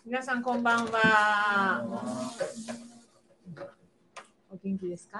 皆さんこんばんは。お元気ですか？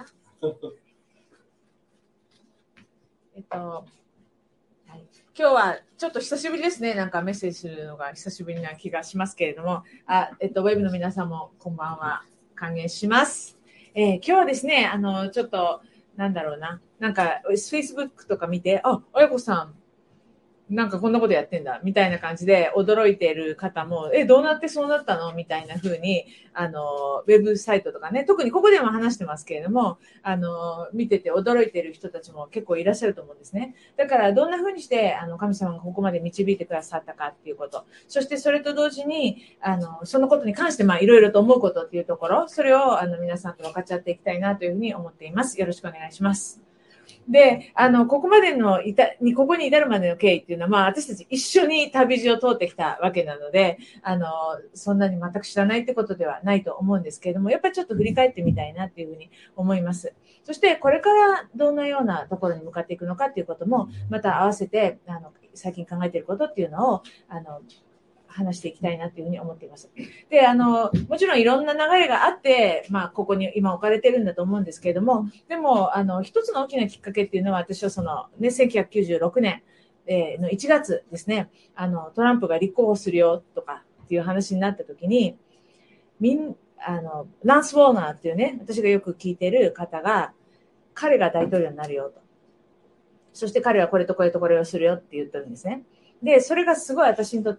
はい、今日はちょっと久しぶりですね。なんかメッセージするのが久しぶりな気がしますけれども、ウェブの皆さんもこんばんは。歓迎します。今日はですね、ちょっとなんだろうな、なんか Facebook とか見て、あやこさんなんかこんなことやってんだみたいな感じで驚いている方も、どうなってそうなったのみたいな風に、ウェブサイトとかね、特にここでも話してますけれども、見てて驚いている人たちも結構いらっしゃると思うんですね。だからどんな風にして、神様がここまで導いてくださったかっていうこと、そしてそれと同時に、そのことに関して、いろいろと思うことっていうところ、それを、皆さんと分かっちゃっていきたいなというふうに思っています。よろしくお願いします。で、ここまでのここに至るまでの経緯っていうのは、私たち一緒に旅路を通ってきたわけなので、そんなに全く知らないってことではないと思うんですけれども、やっぱりちょっと振り返ってみたいなっていうふうに思います。そして、これからどんなようなところに向かっていくのかっていうことも、また合わせて、最近考えていることっていうのを、話していきたいなというふうに思っています。で、もちろんいろんな流れがあって、ここに今置かれてるんだと思うんですけれども、でも、一つの大きなきっかけっていうのは、私は1996年の1月ですね、トランプが立候補するよとかっていう話になった時に、ランス・ウォーナーっていうね、私がよく聞いてる方が、彼が大統領になるよと。そして彼はこれとこれとこれをするよって言ってるんですね。で、それがすごい私にとって、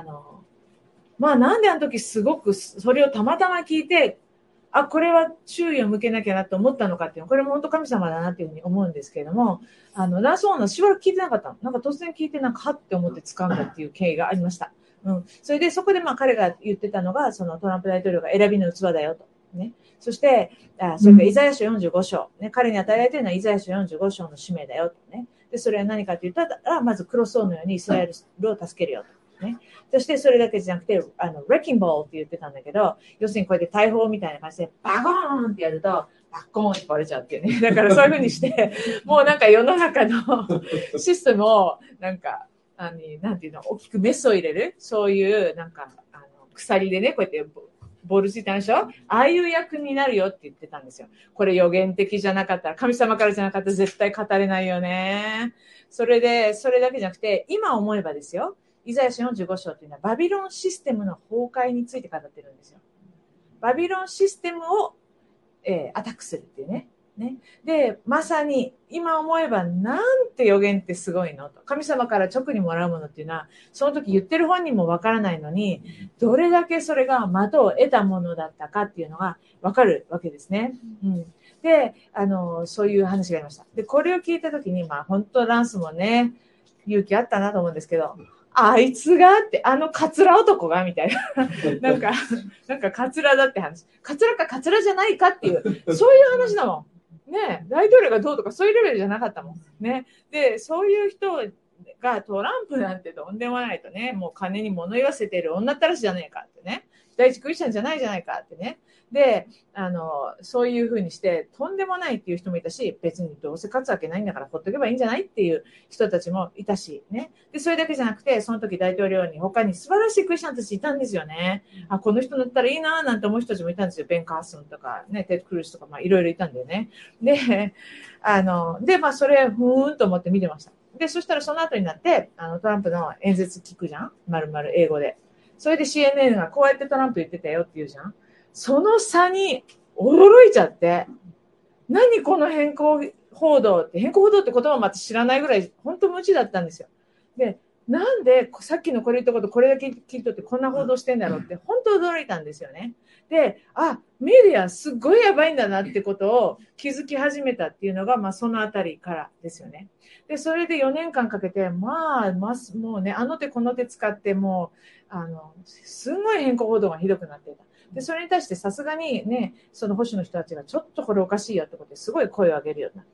なんであの時すごくそれをたまたま聞いて、これは注意を向けなきゃなと思ったのかっていうの、これも本当神様だなっていうふうに思うんですけれども、ランス・ウォーナーしばらく聞いてなかったの。なんか突然聞いて、はって思って掴んだっていう経緯がありました。それでそこで彼が言ってたのが、そのトランプ大統領が選びの器だよと。ね。そして、それからイザヤ書45章、ね。彼に与えられているのはイザヤ書45章の使命だよとね。で、それは何かというと、まずクロスオーのようにイスラエルを助けるよと。ね、そしてそれだけじゃなくて、レッキンボールって言ってたんだけど、要するにこうやって大砲みたいな感じで、バゴーンってやると、バッコーンって割れちゃうっていうね。だからそういう風にして、もうなんか世の中のシステムを、なんか、なんていうの、大きくメスを入れる、そういう、なんか、鎖でね、こうやって、ボールついたんでしょ？ああいう役になるよって言ってたんですよ。これ予言的じゃなかったら、神様からじゃなかったら絶対語れないよね。それで、それだけじゃなくて、今思えばですよ。イザヤ書45章というのはバビロンシステムの崩壊について語ってるんですよ。バビロンシステムを、アタックするっていうね。で、まさに今思えばなんて予言ってすごいのと。神様から直にもらうものっていうのは、その時言ってる本人もわからないのに、どれだけそれが的を得たものだったかっていうのがわかるわけですね。で、そういう話がありました。で、これを聞いた時に、本当ランスもね、勇気あったなと思うんですけど、あいつがって、カツラ男がみたいな。なんかカツラだって話。カツラかカツラじゃないかっていう、そういう話だもん。ね、大統領がどうとかそういうレベルじゃなかったもん。ね。で、そういう人がトランプなんてとんでもないとね、もう金に物言わせてる女ったらしじゃねえかってね。第一クリスチャンじゃないじゃないかってね。で、そういうふうにして、とんでもないっていう人もいたし、別にどうせ勝つわけないんだからほっとけばいいんじゃないっていう人たちもいたし、ね。で、それだけじゃなくて、その時大統領に他に素晴らしいクリスチャンたちいたんですよね。この人だったらいいななんて思う人たちもいたんですよ。ベン・カーソンとか、ね、テッド・クルーズとか、いろいろいたんだよね。で、それ、ふーんと思って見てました。で、そしたらその後になって、トランプの演説聞くじゃん？丸々英語で。それで CNN がこうやってトランプ言ってたよって言うじゃん。その差に驚いちゃって、何この変更報道って、変更報道って言葉もまた知らないぐらい、本当無知だったんですよ。で、なんでさっきのこれ言ったことこれだけ聞いとってこんな報道してんだろうって、本当驚いたんですよね。で、メディアすっごいやばいんだなってことを気づき始めたっていうのが、そのあたりからですよね。で、それで4年間かけて、もうね、あの手この手使って、もう、すごい変更報道がひどくなっていた。で、それに対してさすがにね、その保守の人たちがちょっとこれおかしいよってことですごい声を上げるようになった。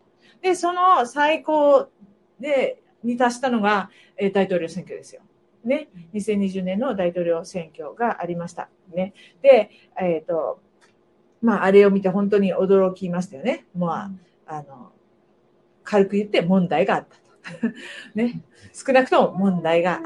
で、その最高に達したのが、大統領選挙ですよ。ね。2020年の大統領選挙がありました。ね。で、あれを見て本当に驚きましたよね。軽く言って問題があったと。ね。少なくとも問題があったと。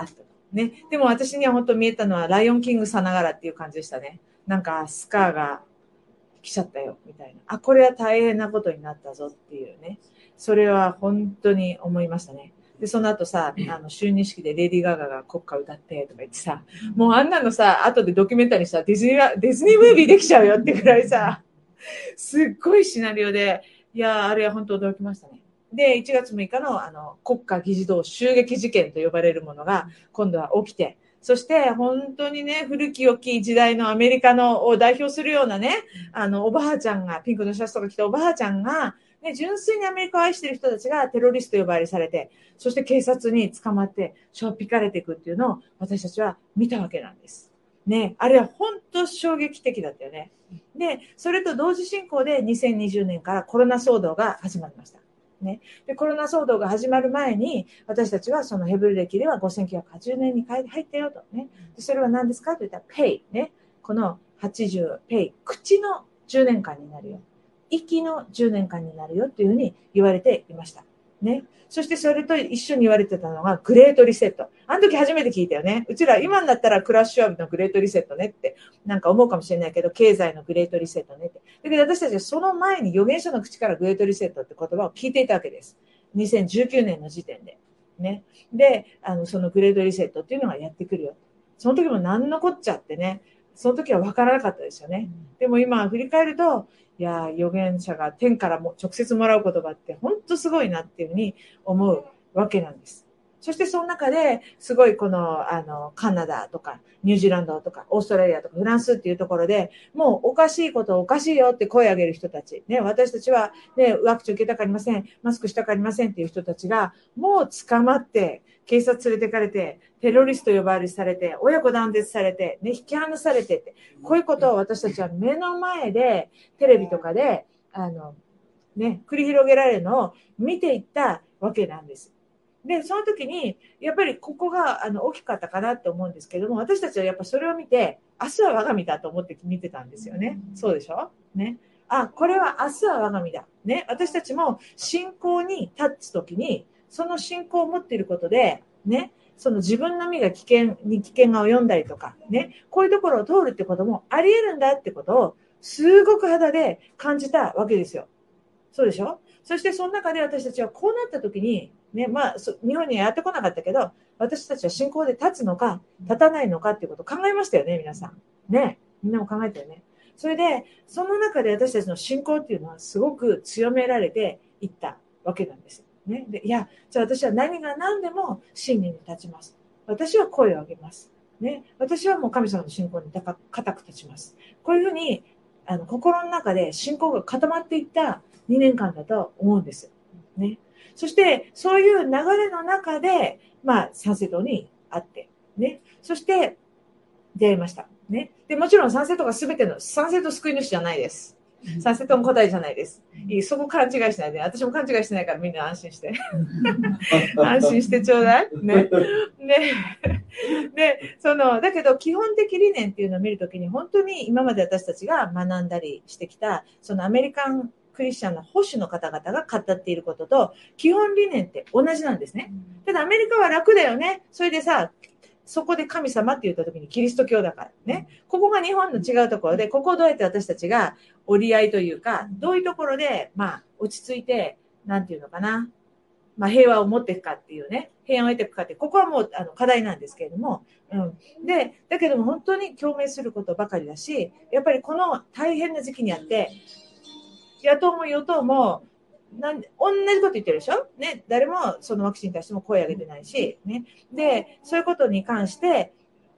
ね。でも私には本当見えたのはライオンキングさながらっていう感じでしたね。なんかスカーが来ちゃったよみたいな。あ、これは大変なことになったぞっていうね。それは本当に思いましたね。で、その後さ、就任式でレディー・ガガが国歌歌ってとか言ってさ、もうあんなのさ、後でドキュメンタリーにさ、ディズニームービーできちゃうよってくらいさ、すっごいシナリオで、いや、あれは本当驚きましたね。で、1月6日の国家議事堂襲撃事件と呼ばれるものが今度は起きて、そして本当にね、古き良き時代のアメリカのを代表するようなね、おばあちゃんが、ピンクのシャツとか着たおばあちゃんが、ね、純粋にアメリカを愛している人たちがテロリスト呼ばわりされて、そして警察に捕まってしょっぴかれていくっていうのを私たちは見たわけなんです。ね、あれは本当衝撃的だったよね。で、それと同時進行で2020年からコロナ騒動が始まりました。ね、でコロナ騒動が始まる前に私たちはそのヘブル歴では5980年に入ったよと、ね、でそれは何ですかといったらペイ、ね、この80ペイ、口の10年間になるよ、息の10年間になるよというふうに言われていました。ね、そしてそれと一緒に言われてたのがグレートリセット。あの時初めて聞いたよね。うちら今になったらクラッシュアウトのグレートリセットねってなんか思うかもしれないけど、経済のグレートリセットねって。だけど私たちはその前に預言者の口からグレートリセットって言葉を聞いていたわけです。2019年の時点で。ね。で、そのグレートリセットっていうのがやってくるよ。その時も何のこっちゃってね。その時は分からなかったですよね。でも今振り返ると、いや、預言者が天からも直接もらう言葉って本当すごいなっていうふうに思うわけなんです。そしてその中ですごいこの、カナダとかニュージーランドとかオーストラリアとかフランスっていうところでもうおかしいことおかしいよって声を上げる人たち。ね、私たちはね、ワクチン受けたくありません。マスクしたくありませんっていう人たちがもう捕まって警察連れてかれてテロリスト呼ばわりされて親子断絶されて、ね、引き離されてって、こういうことを私たちは目の前でテレビとかでね、繰り広げられるのを見ていったわけなんです。で、その時に、やっぱりここが大きかったかなって思うんですけども、私たちはやっぱそれを見て、明日は我が身だと思って見てたんですよね。そうでしょね。あ、これは明日は我が身だ。ね。私たちも信仰に立つ時に、その信仰を持っていることで、ね、その自分の身が危険が及んだりとか、ね、こういうところを通るってこともあり得るんだってことを、すごく肌で感じたわけですよ。そうでしょ。そしてその中で私たちはこうなった時に、ね、まあ、日本にはやってこなかったけど、私たちは信仰で立つのか、立たないのかっていうことを考えましたよね、皆さん。ね。みんなも考えたよね。それで、その中で私たちの信仰っていうのはすごく強められていったわけなんです。ね。で、いや、じゃあ私は何が何でも真理に立ちます。私は声を上げます。ね。私はもう神様の信仰に固く立ちます。こういうふうに、心の中で信仰が固まっていった2年間だと思うんです。ね。そして、そういう流れの中で、まあ、三世堂にあって、ね。そして、出会いました。ね。で、もちろん三世堂が全ての、三世堂救い主じゃないです。三世堂も答えじゃないです。そこ勘違いしないで。私も勘違いしてないからみんな安心して。安心してちょうだい。ね。ね。で、だけど基本的理念っていうのを見るときに、本当に今まで私たちが学んだりしてきた、そのアメリカンクリスチャンの保守の方々が語っていることと、基本理念って同じなんですね。ただアメリカは楽だよね。それでさ、そこで神様って言った時にキリスト教だからね。ここが日本の違うところで、ここをどうやって私たちが折り合いというか、どういうところで、まあ、落ち着いて、なんていうのかな。まあ、平和を持っていくかっていうね、平安を得ていくかって、ここはもう課題なんですけれども、で、だけども本当に共鳴することばかりだし、やっぱりこの大変な時期にあって、野党も与党も、同じこと言ってるでしょ、ね、誰もそのワクチンに対しても声を上げてないし、ね、で、そういうことに関して、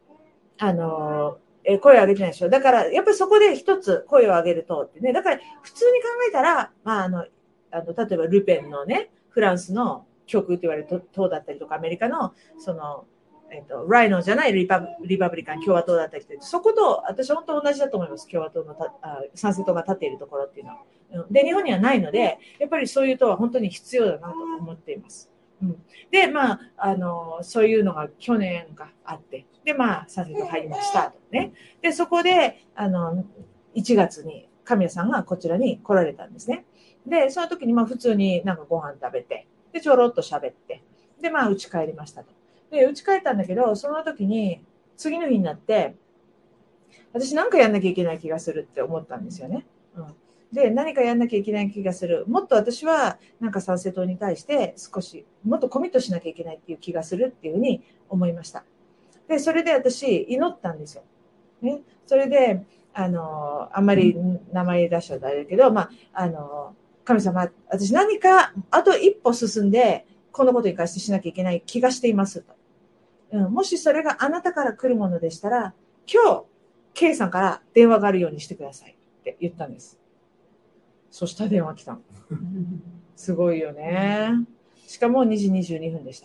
声を上げてないでしょ。だから、やっぱりそこで一つ声を上げるとってね、だから普通に考えたら、まあ、例えばルペンのね、フランスの極右と言われる党だったりとか、アメリカのその、ライノじゃないリパブリカン共和党だったりして、そこと私は本当同じだと思います。共和党の参政党が立っているところっていうのは。で、日本にはないので、やっぱりそういう党は本当に必要だなと思っています。で、まあ、そういうのが去年があって、で、まあ、参政党入りましたとね。で、そこで、1月に神谷さんがこちらに来られたんですね。で、その時にまあ普通になんかご飯食べて、で、ちょろっと喋って、で、まあ、家帰りましたと。 で、家帰ったんだけど、その時に、次の日になって、私なんかやんなきゃいけない気がするって思ったんですよね。うん。で、何かやんなきゃいけない気がする。もっと私は、なんか参政党に対して少し、もっとコミットしなきゃいけないっていう気がするっていうふうに思いました。で、それで私、祈ったんですよ。ね。それで、あんまり名前出しちゃダメだけど、神様、私何かあと一歩進んで、このことに関してしなきゃいけない気がしていますと。もしそれがあなたから来るものでしたら、今日、K さんから電話があるようにしてくださいって言ったんです。そしたら電話来たの。すごいよね。しかも2時22分でした。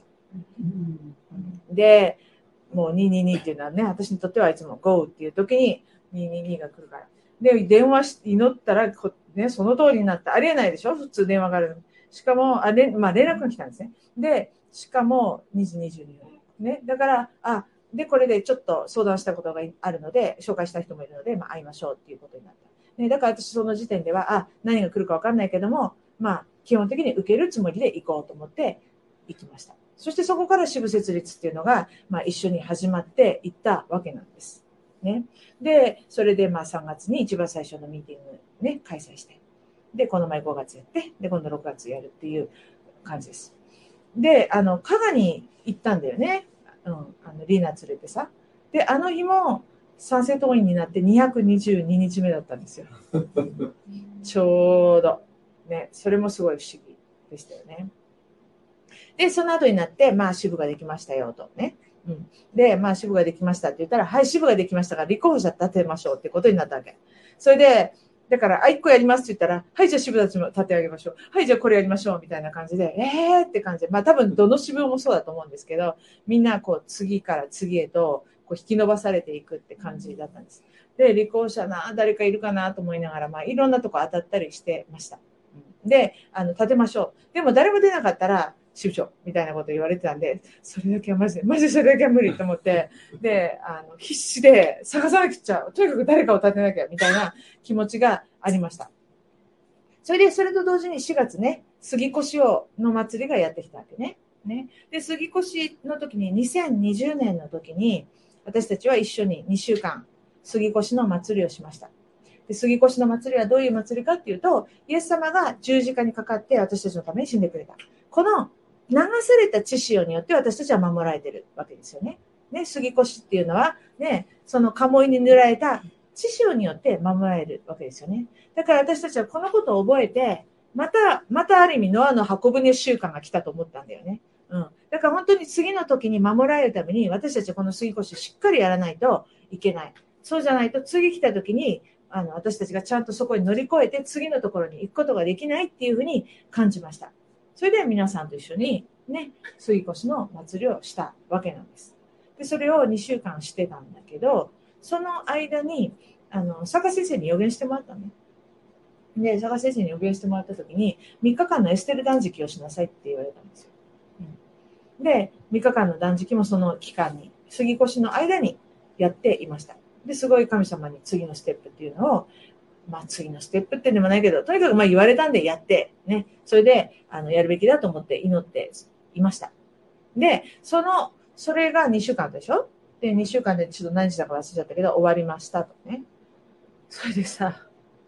で、もう222っていうのはね、私にとってはいつも GO っていう時に222が来るから。で、電話し、祈ったら、ね、その通りになった。ありえないでしょ普通電話がある。しかも、連絡が来たんですね。で、しかも2時22分。ね。だから、で、これでちょっと相談したことがあるので、紹介した人もいるので、会いましょうっていうことになった。ね、だから私その時点では、何が来るかわかんないけども、基本的に受けるつもりで行こうと思って行きました。そしてそこから支部設立っていうのが、一緒に始まっていったわけなんです。ね。で、それで3月に一番最初のミーティングね、開催して。で、この前5月やって、で、今度6月やるっていう感じです。で、加賀に行ったんだよね。リーナ連れてさ。で、あの日も参政党員になって222日目だったんですよ。ちょうど。ね、それもすごい不思議でしたよね。で、その後になって、支部ができましたよ、とね。うん。で、支部ができましたって言ったら、はい、支部ができましたから、立候補者立てましょうってことになったわけ。それで、だから、1個やりますって言ったら、はい、じゃあ支部たちも立て上げましょう。はい、じゃあこれやりましょう、みたいな感じで、って感じで、多分どの支部もそうだと思うんですけど、みんな次から次へと、引き伸ばされていくって感じだったんです。で、立候補者誰かいるかなと思いながら、いろんなとこ当たったりしてました。で、立てましょう。でも誰も出なかったら、支部長みたいなこと言われてたんで、それだけはマジでそれだけは無理と思って、で、必死で探さなくちゃ、とにかく誰かを立てなきゃみたいな気持ちがありました。それと同時に4月ね、杉越の祭りがやってきたわけね。で、杉越の時に、2020年の時に、私たちは一緒に2週間、杉越の祭りをしました。で、杉越の祭りはどういう祭りかっていうと、イエス様が十字架にかかって私たちのために死んでくれた。この流された血潮によって私たちは守られているわけですよね。ね、杉越っていうのは、ね、その鴨居に塗られた血潮によって守られるわけですよね。だから私たちはこのことを覚えて、またある意味ノアの箱舟習慣が来たと思ったんだよね。うん。だから本当に次の時に守られるために私たちはこの杉越しっかりやらないといけない。そうじゃないと次来た時に私たちがちゃんとそこに乗り越えて次のところに行くことができないっていうふうに感じました。それで皆さんと一緒にね、杉越の祭りをしたわけなんです。で、それを2週間してたんだけど、その間に、坂先生に予言してもらったのね。で、坂先生に予言してもらった時に、3日間のエステル断食をしなさいって言われたんですよ。で、3日間の断食もその期間に、杉越の間にやっていました。で、すごい神様に次のステップっていうのを、次のステップってでもないけど、とにかく言われたんでやって、ね、それで、やるべきだと思って祈っていました。で、それが2週間でしょで、2週間でちょっと何日だか忘れちゃったけど、終わりましたとね。それでさ、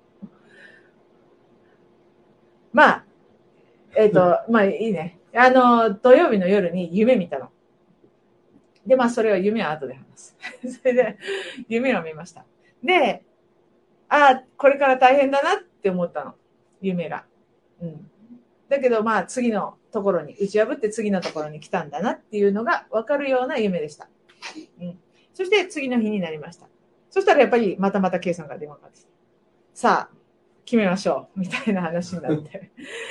いいね。土曜日の夜に夢見たの。で、それは夢は後で話す。それで、夢を見ました。で、これから大変だなって思ったの。夢が。うん。だけど、次のところに、打ち破って次のところに来たんだなっていうのが分かるような夢でした。うん。そして次の日になりました。そしたらやっぱりまた K さんが電話かかってきて、さあ、決めましょう。みたいな話になって。で、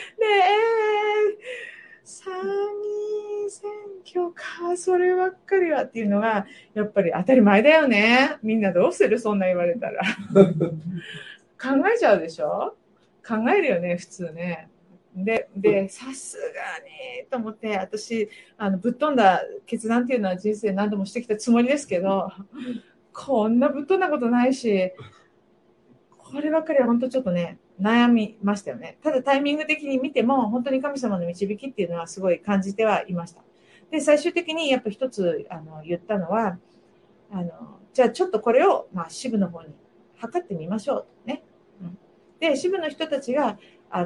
参議院選挙か、そればっかりはっていうのが、やっぱり当たり前だよね。みんなどうするそんな言われたら。考えちゃうでしょ？考えるよね、普通ね。で、さすがに、と思って、私、ぶっ飛んだ決断っていうのは人生何度もしてきたつもりですけど、こんなぶっ飛んだことないし、こればっかりは本当ちょっとね、悩みましたよね。ただタイミング的に見ても、本当に神様の導きっていうのはすごい感じてはいました。 で、最終的にやっぱ一つ、言ったのは、じゃあちょっとこれを、支部の方に測ってみましょう。ね。うん、で、支部の人たちが、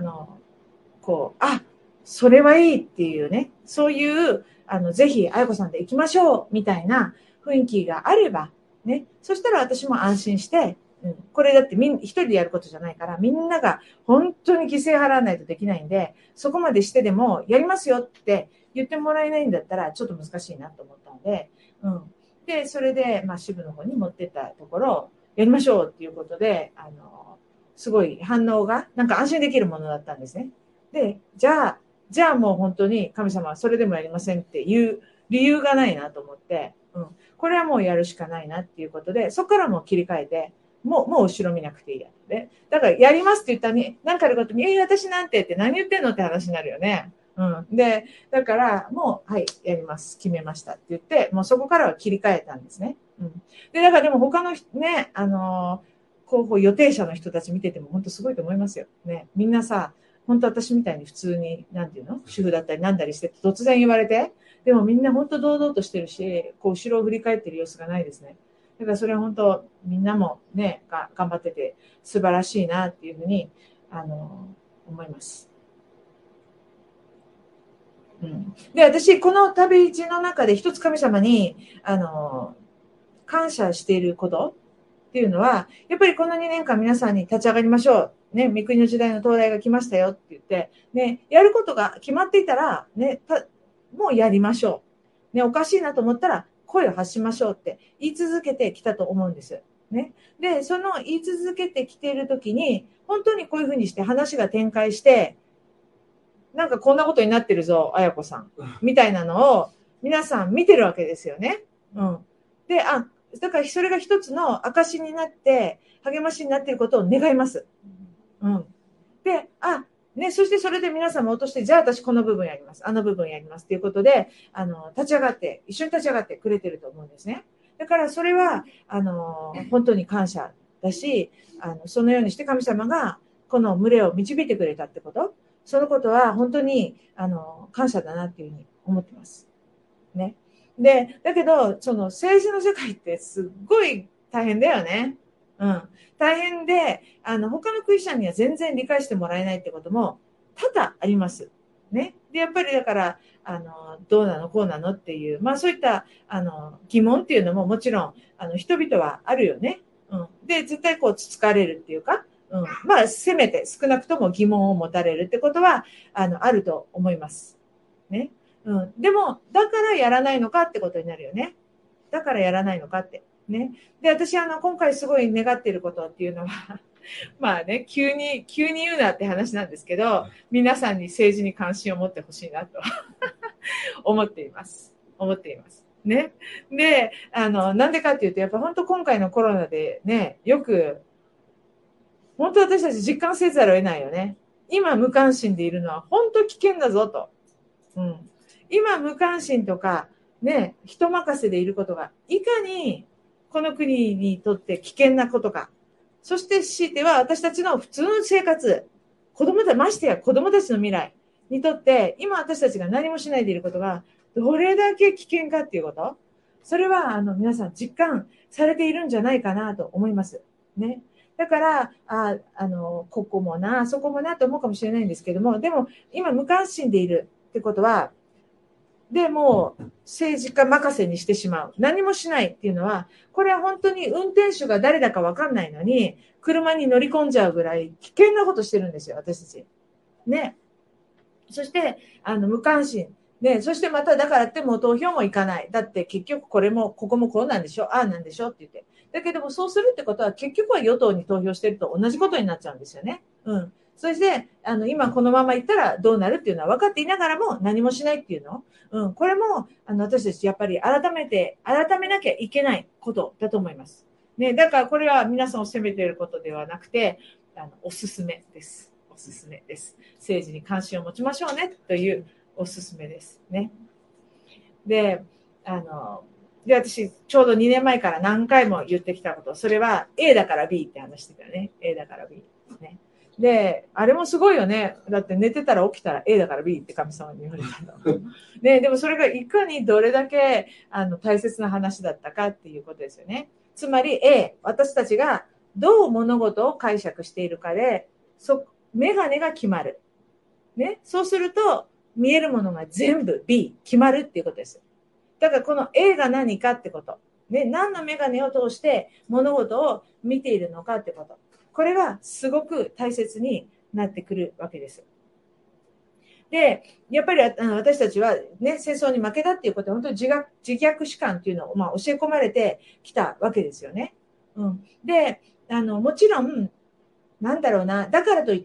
それはいいっていうね、そういう、ぜひ、あやこさんで行きましょう、みたいな雰囲気があれば、ね、そしたら私も安心して、これだって一人でやることじゃないから、みんなが本当に犠牲払わないとできないんで、そこまでしてでもやりますよって言ってもらえないんだったら、ちょっと難しいなと思ったので、で、それで、支部の方に持ってったところ、やりましょうっていうことで、すごい反応が、なんか安心できるものだったんですね。で、じゃあもう本当に神様はそれでもやりませんっていう理由がないなと思って、これはもうやるしかないなっていうことで、そこからもう切り替えて、もう後ろ見なくていいや。で、だからやりますって言ったらに、何かあることに、私なんてって何言ってんのって話になるよね。で、だから、もう、はい、やります。決めましたって言って、もうそこからは切り替えたんですね。で、だからでも他のね、候補予定者の人たち見てても本当すごいと思いますよ。ね。みんなさ、本当私みたいに普通に、なんていうの主婦だったりなんだりして突然言われて、でもみんな本当堂々としてるし、後ろを振り返ってる様子がないですね。だからそれは本当みんなもね、頑張ってて素晴らしいなっていうふうに、思います。で、私、この旅路の中で一つ神様に、感謝していることっていうのは、やっぱりこの2年間皆さんに立ち上がりましょう。ね、御国の時代の到来が来ましたよって言って、ね、やることが決まっていたら、ね、もうやりましょう。ね、おかしいなと思ったら、声を発しましょうって言い続けてきたと思うんです。ね。で、その言い続けてきているときに、本当にこういうふうにして話が展開して、なんかこんなことになってるぞ、あやこさん。みたいなのを皆さん見てるわけですよね。で、だからそれが一つの証になって、励ましになっていることを願います。で、そしてそれで皆さんも落として、じゃあ私この部分やります。あの部分やります。ということで、立ち上がって、一緒に立ち上がってくれてると思うんですね。だからそれは、本当に感謝だし、そのようにして神様がこの群れを導いてくれたってこと、そのことは本当に、感謝だなっていうふうに思ってます。ね。で、だけど、その政治の世界ってすっごい大変だよね。大変で、他のクリスチャンには全然理解してもらえないってことも多々あります。ね。で、やっぱりだから、どうなのこうなのっていう、そういった、疑問っていうのももちろん、人々はあるよね。で、絶対こう、つつかれるっていうか、せめて少なくとも疑問を持たれるってことは、あると思います。ね。でも、だからやらないのかってことになるよね。だからやらないのかって。ね。で、私、今回すごい願っていることっていうのは急に言うなって話なんですけど、皆さんに政治に関心を持ってほしいなと思っています。ね。で、なんでかっていうと、やっぱ本当今回のコロナでね、よく、本当私たち実感せざるを得ないよね。今無関心でいるのは本当危険だぞと。今無関心とか、ね、人任せでいることが、いかにこの国にとって危険なことか。そして強いては私たちの普通の生活、ましてや子供たちの未来にとって、今私たちが何もしないでいることが、どれだけ危険かっていうこと。それは、皆さん実感されているんじゃないかなと思います。ね。だから、ここもな、そこもなと思うかもしれないんですけども、でも、今無関心でいるってことは、でも政治家任せにしてしまう。何もしないっていうのは、これは本当に運転手が誰だか分かんないのに、車に乗り込んじゃうぐらい危険なことしてるんですよ、私たち。ね。そして、無関心。で、そしてまただからってもう投票も行かない。だって結局ここもこうなんでしょ、ああなんでしょって言って。だけどもそうするってことは結局は与党に投票してると同じことになっちゃうんですよね。そして、今このまま行ったらどうなるっていうのは分かっていながらも何もしないっていうの。これも、私たちやっぱり改めなきゃいけないことだと思います。ね、だからこれは皆さんを責めていることではなくて、おすすめです。おすすめです。政治に関心を持ちましょうねというおすすめですね。で、私、ちょうど2年前から何回も言ってきたこと、それは A だから B って話してたよね。A だから B。ね。 で、あれもすごいよね。だって寝てたら起きたら A だから B って神様に言われたの。ね、でもそれがいかにどれだけ大切な話だったかっていうことですよね。つまり A、私たちがどう物事を解釈しているかで、メガネが決まる。ね、そうすると見えるものが全部 B、決まるっていうことです。だからこの A が何かってこと。ね、何のメガネを通して物事を見ているのかってこと。これがすごく大切になってくるわけです。で、やっぱり私たちはね、戦争に負けたっていうことは本当に自虐史観っていうのを、教え込まれてきたわけですよね。うん。で、もちろん、なんだろうな、だからといって、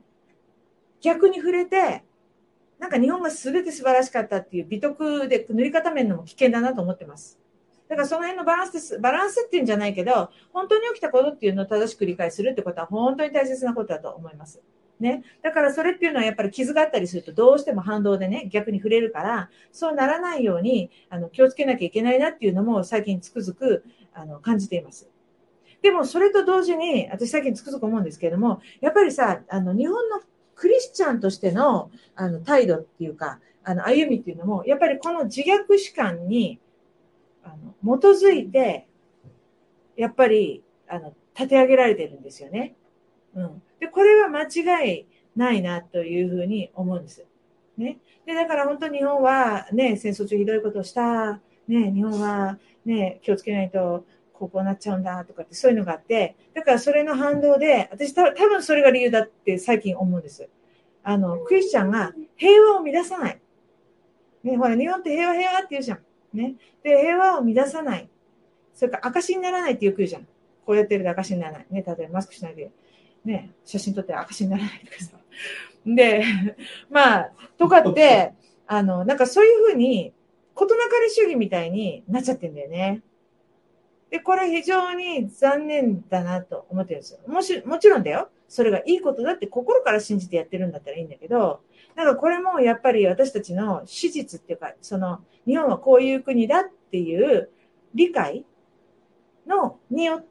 逆に触れて、なんか日本が全て素晴らしかったっていう美徳で塗り固めるのも危険だなと思ってます。だからその辺のバランスっていうんじゃないけど、本当に起きたことっていうのを正しく理解するってことは本当に大切なことだと思います。ね。だからそれっていうのはやっぱり傷があったりするとどうしても反動でね、逆に触れるから、そうならないように気をつけなきゃいけないなっていうのも最近つくづく感じています。でもそれと同時に、私最近つくづく思うんですけれども、やっぱりさ、日本のクリスチャンとしての態度っていうか、歩みっていうのも、やっぱりこの自虐史観に基づいて、やっぱり立て上げられてるんですよね。うん。で、これは間違いないなというふうに思うんです。ね。で、だから本当に日本はね、戦争中ひどいことをした。ね、日本はね、気をつけないとこうなっちゃうんだとかってそういうのがあって、だからそれの反動で、私多分それが理由だって最近思うんです。クリスチャンが平和を乱さない。ね、ほら、日本って平和平和って言うじゃん。ね。で、平和を乱さない。それから証にならないってよく言うじゃん。こうやってると証にならない。ね、例えばマスクしないで、ね、写真撮って証にならないとかさ。で、とかって、なんかそういうふうに、事なかれ主義みたいになっちゃってんだよね。で、これ非常に残念だなと思ってるんですよ。もちろんだよ。それがいいことだって心から信じてやってるんだったらいいんだけど、なんかこれもやっぱり私たちの史実っていうか、日本はこういう国だっていう理解によって、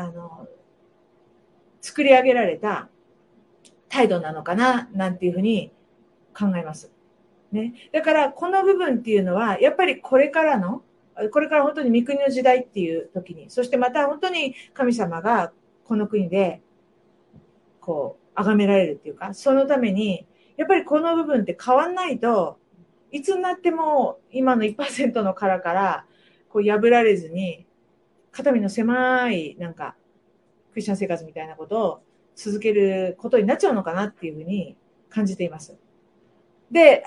作り上げられた態度なのかな、なんていうふうに考えます。ね。だから、この部分っていうのは、やっぱりこれから本当に御国の時代っていう時に、そしてまた本当に神様がこの国で、崇められるっていうか、そのために、やっぱりこの部分って変わんないと、いつになっても今の 1% の殻から、破られずに、肩身の狭い、なんか、クリスチャン生活みたいなことを続けることになっちゃうのかなっていうふうに感じています。で、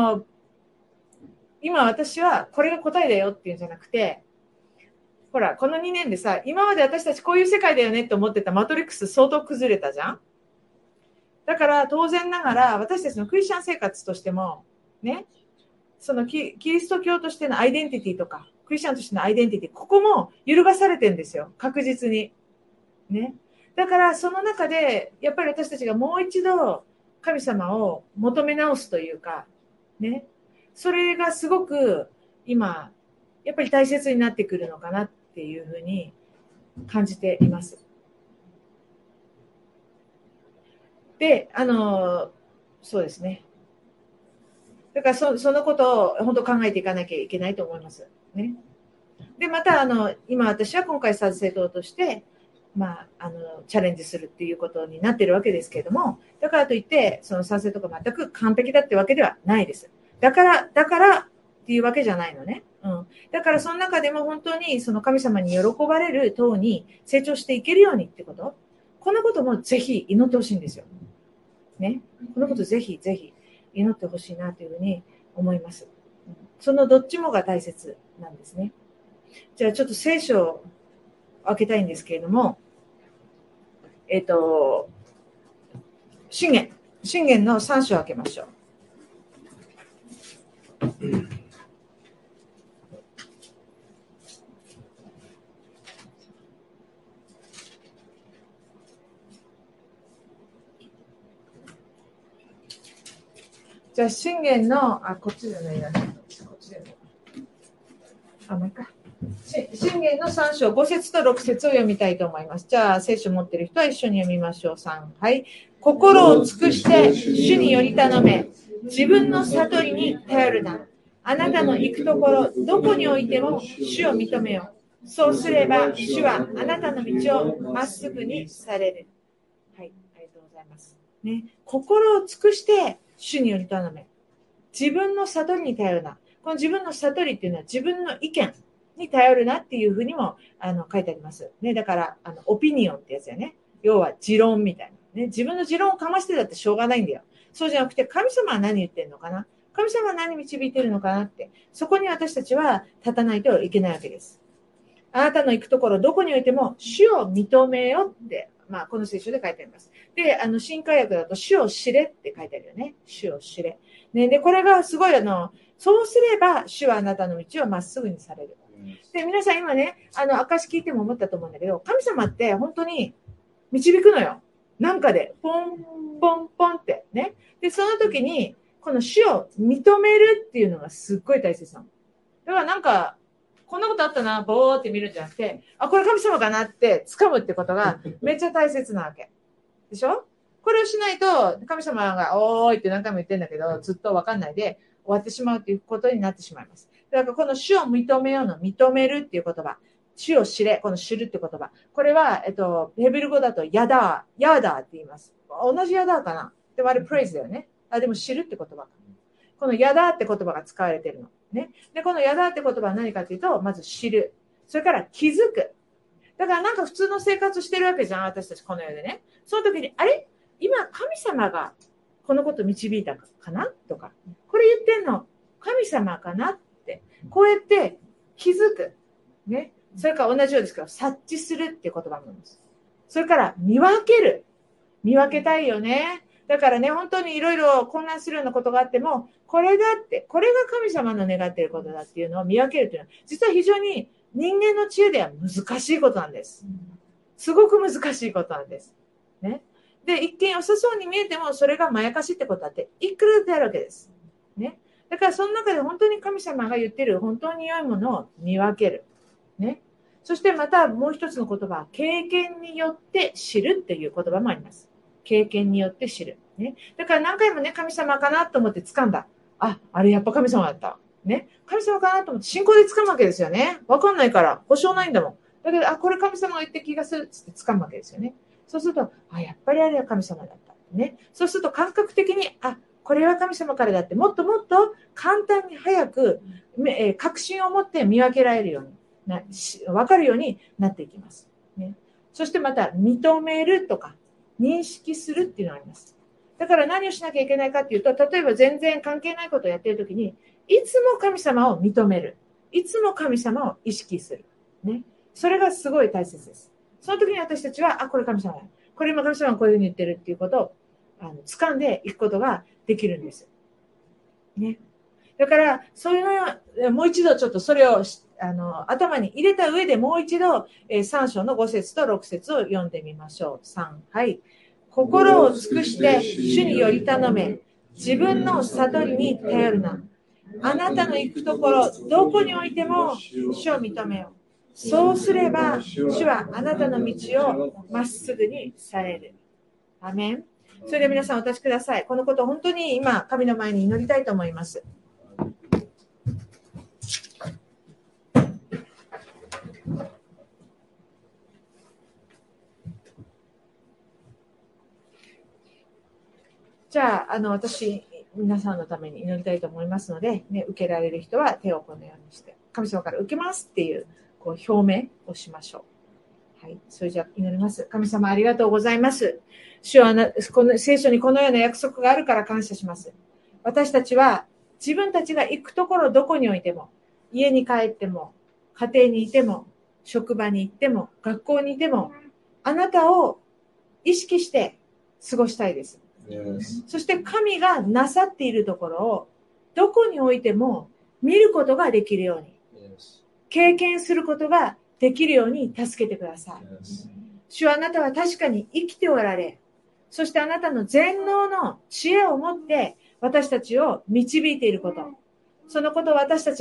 今私はこれが答えだよっていうんじゃなくて、ほら、この2年でさ、今まで私たちこういう世界だよねって思ってたマトリックス相当崩れたじゃん。だから当然ながら私たちのクリスチャン生活としても、ね、そのキリスト教としてのアイデンティティとか、クリスチャンとしてのアイデンティティ、ここも揺るがされてるんですよ。確実に。ね。だからその中で、やっぱり私たちがもう一度神様を求め直すというか、ね。それがすごく今、やっぱり大切になってくるのかなっていうふうに感じています。で、そうですね。だからそのことを本当考えていかなきゃいけないと思います。ね。で、また、今私は今回参政党として、チャレンジするっていうことになってるわけですけれども、だからといって、その賛成とか全く完璧だってわけではないです。だからっていうわけじゃないのね。うん。だからその中でも本当にその神様に喜ばれる党に成長していけるようにってこと。このこともぜひ祈ってほしいんですよ。ね。このことぜひぜひ祈ってほしいなというふうに思います。そのどっちもが大切なんですね。じゃあちょっと聖書を開けたいんですけれども、箴言の3章を開けましょう。じゃあ箴言のこっちじゃないな、こっちでももういいか。箴宣言の3章5節と6節を読みたいと思います。じゃあ聖書を持っている人は一緒に読みましょう。3、はい。心を尽くして主により頼め、自分の悟りに頼るな。あなたの行くところどこにおいても主を認めよう。そうすれば主はあなたの道をまっすぐにされる。はい、ありがとうございます。ね、心を尽くして主により頼め。自分の悟りに頼るな。この自分の悟りっていうのは自分の意見に頼るなっていうふうにも書いてあります。ね、だからオピニオンってやつよね。要は持論みたいな、ね。自分の持論をかましてだってしょうがないんだよ。そうじゃなくて神様は何言ってるのかな。神様は何導いてるのかなって。そこに私たちは立たないといけないわけです。あなたの行くところどこにおいても主を認めよって、この聖書で書いてあります。で、新海訳だと主を知れって書いてあるよね。主を知れ。ね、で、これがすごいそうすれば主はあなたの道をまっすぐにされる。で、皆さん今ね、証聞いても思ったと思うんだけど、神様って本当に導くのよ。なんかで、ポン、ポン、ポンってね。で、その時に、この主を認めるっていうのがすっごい大切なの。だからなんか、こんなことあったな、ぼーって見るんじゃなくて、あ、これ神様かなって掴むってことがめっちゃ大切なわけ。でしょ？これをしないと、神様がおーいって何回も言ってんだけど、ずっとわかんないで終わってしまうっていうことになってしまいます。だからこの主を認めようの、認めるっていう言葉、主を知れ、この知るって言葉。これは、ヘブル語だとヤダーって言います。同じヤダーかな？でもあれプレイズだよね。でも知るって言葉。このヤダーって言葉が使われてるの。ね。で、このヤダーって言葉は何かというと、まず知る。それから気づく。だからなんか普通の生活してるわけじゃん、私たちこの世でね。その時に、あれ？今神様がこのこと導いたかなとか、これ言ってんの神様かなって、こうやって気づく。ね。それから同じようですけど、察知するっていう言葉もあります。それから見分ける。見分けたいよね。だからね、本当にいろいろ混乱するようなことがあっても、これだって、これが神様の願っていることだっていうのを見分けるというのは、実は非常に人間の知恵では難しいことなんです。すごく難しいことなんです。ね。で、一見良さそうに見えても、それがまやかしってことだって、いくらだってあるわけです。ね。だからその中で本当に神様が言ってる本当に良いものを見分ける。ね。そしてまたもう一つの言葉、経験によって知るっていう言葉もあります。経験によって知る。ね。だから何回もね、神様かなと思って掴んだ。あれやっぱ神様だった。ね。神様かなと思って信仰で掴むわけですよね。わかんないから。保証ないんだもん。だけど、これ神様が言って気がするっつって掴むわけですよね。そうすると、やっぱりあれは神様だった。ね。そうすると感覚的に、これは神様からだって、もっともっと簡単に早く、確信を持って見分けられるように分かるようになっていきます。ね。そしてまた、認めるとか、認識するっていうのがあります。だから何をしなきゃいけないかっていうと、例えば全然関係ないことをやっているときに、いつも神様を認める。いつも神様を意識する。ね。それがすごい大切です。その時に私たちは、これ神様だ。これ今神様がこういうふうに言ってるっていうことを掴んでいくことができるんです。ね。だから、そういうのもう一度ちょっとそれを頭に入れた上でもう一度、3章の5節と6節を読んでみましょう。3、はい。心を尽くして主により頼め。自分の悟りに頼るな。あなたの行くところ、どこにおいても主を認めよう。そうすれば、主はあなたの道をまっすぐにされる。アメン。それで皆さんお立ちください。このことを本当に今、神の前に祈りたいと思います。じゃあ、私、皆さんのために祈りたいと思いますので、ね、受けられる人は手をこのようにして、神様から受けますっていう、表明をしましょう。はい。それじゃあ祈ります。神様ありがとうございます。主はこの聖書にこのような約束があるから感謝します。私たちは自分たちが行くところどこにおいても、家に帰っても、家庭にいても、職場に行っても、学校にいても、あなたを意識して過ごしたいです。そして神がなさっているところをどこにおいても見ることができるように、経験することができるように助けてください。主はあなたは確かに生きておられ、そしてあなたの全能の知恵を持って私たちを導いていること、そのことを私たちが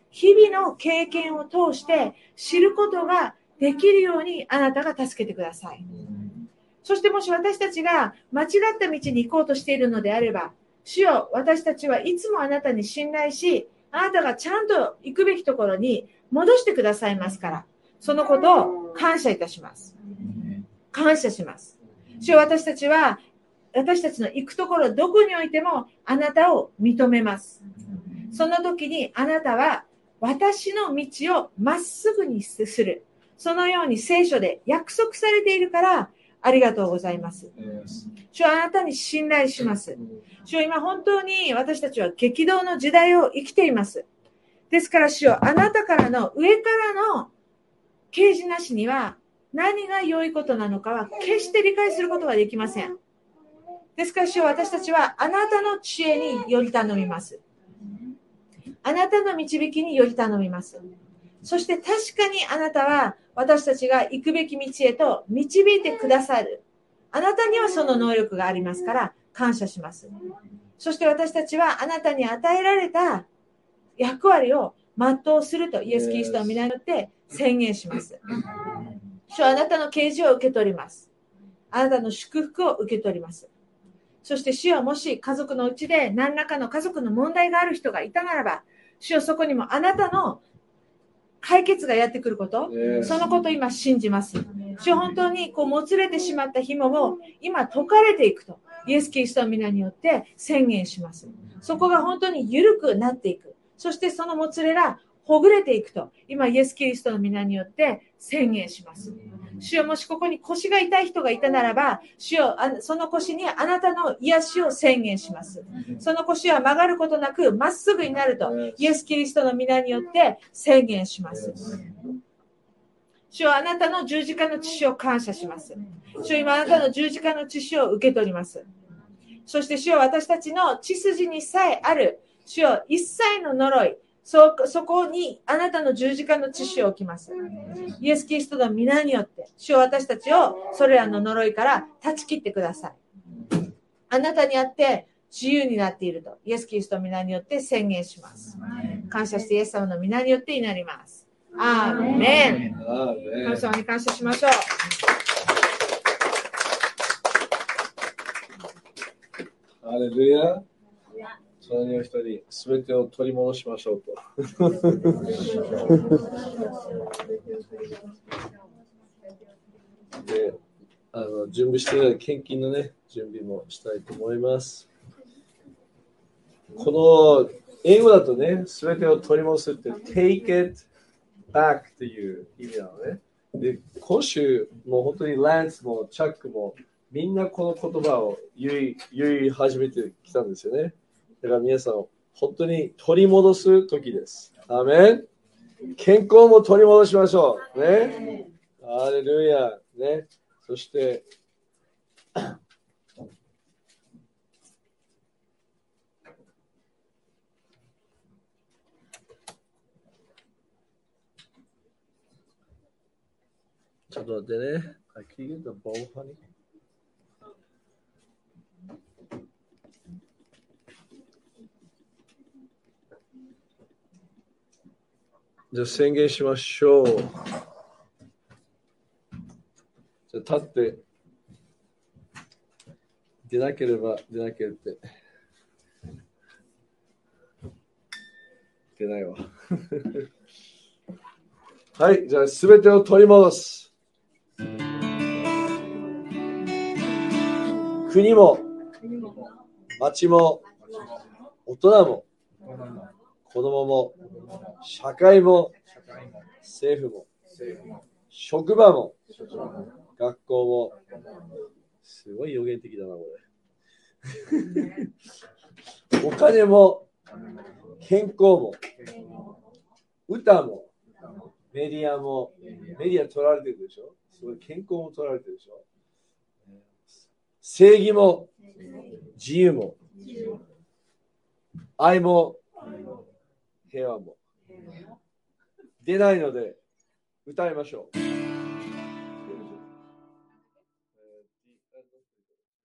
日々の経験を通して知ることができるようにあなたが助けてください。そしてもし私たちが間違った道に行こうとしているのであれば、主よ、私たちはいつもあなたに信頼し、あなたがちゃんと行くべきところに戻してくださいますから、そのことを感謝いたします。感謝します。主よ、私たちの行くところどこにおいてもあなたを認めます。その時にあなたは私の道をまっすぐにする。そのように聖書で約束されているからありがとうございます。主はあなたに信頼します。主は今本当に私たちは激動の時代を生きています。ですから主よ、あなたからの上からの啓示なしには何が良いことなのかは決して理解することができません。ですから主よ、私たちはあなたの知恵により頼みます。あなたの導きにより頼みます。そして確かにあなたは私たちが行くべき道へと導いてくださる。あなたにはその能力がありますから感謝します。そして私たちはあなたに与えられた役割を全うするとイエス・キリストの皆によって宣言します。主はあなたの啓示を受け取ります。あなたの祝福を受け取ります。そして主はもし家族のうちで何らかの家族の問題がある人がいたならば、主はそこにもあなたの解決がやってくること、そのことを今信じます。主は本当にもつれてしまった紐を今解かれていくと、イエス・キリストの皆によって宣言します。そこが本当に緩くなっていく。そしてそのもつれがほぐれていくと、今イエス・キリストの皆によって宣言します。主よ、もしここに腰が痛い人がいたならば、主よ、その腰にあなたの癒しを宣言します。その腰は曲がることなくまっすぐになると、イエス・キリストの皆によって宣言します。主よ、あなたの十字架の血を感謝します。主よ、今あなたの十字架の血を受け取ります。そして主よ、私たちの血筋にさえある、主よ、一切の呪い、そこにあなたの十字架の血を置きます。イエス・キリストの皆によって、主よ、私たちをそれらの呪いから断ち切ってください。あなたにあって自由になっていると、イエス・キリストの皆によって宣言します。感謝してイエス様の皆によって祈ります。アーメン。神様に感謝しましょう。 ハレルヤ。隣の人に全てを取り戻しましょうと。で、準備している献金のね、準備もしたいと思います。この英語だとね、全てを取り戻すって take it back っていう意味なのね。で、今週もう本当にランスもチャックもみんなこの言葉を言い始めてきたんですよね。だから皆さん、本当に取り戻す時です。アーメン。健康も取り戻しましょう。ね。ハレルヤ。ね。そして、ちょっと待ってね。Can you get the bowl, honey? じゃあ宣言しましょう。じゃあ立って出なければ出なければ出ないわ。はい、じゃあすべてを取り戻す。国も町も大人も子供も社会も政府も職場も学校もすごい予言的だなこれ。お金も健康も歌もメディアもメディア取られてるでしょ。すごい健康も取られてるでしょ。正義も自由も愛も平和も出ないので歌いましょう。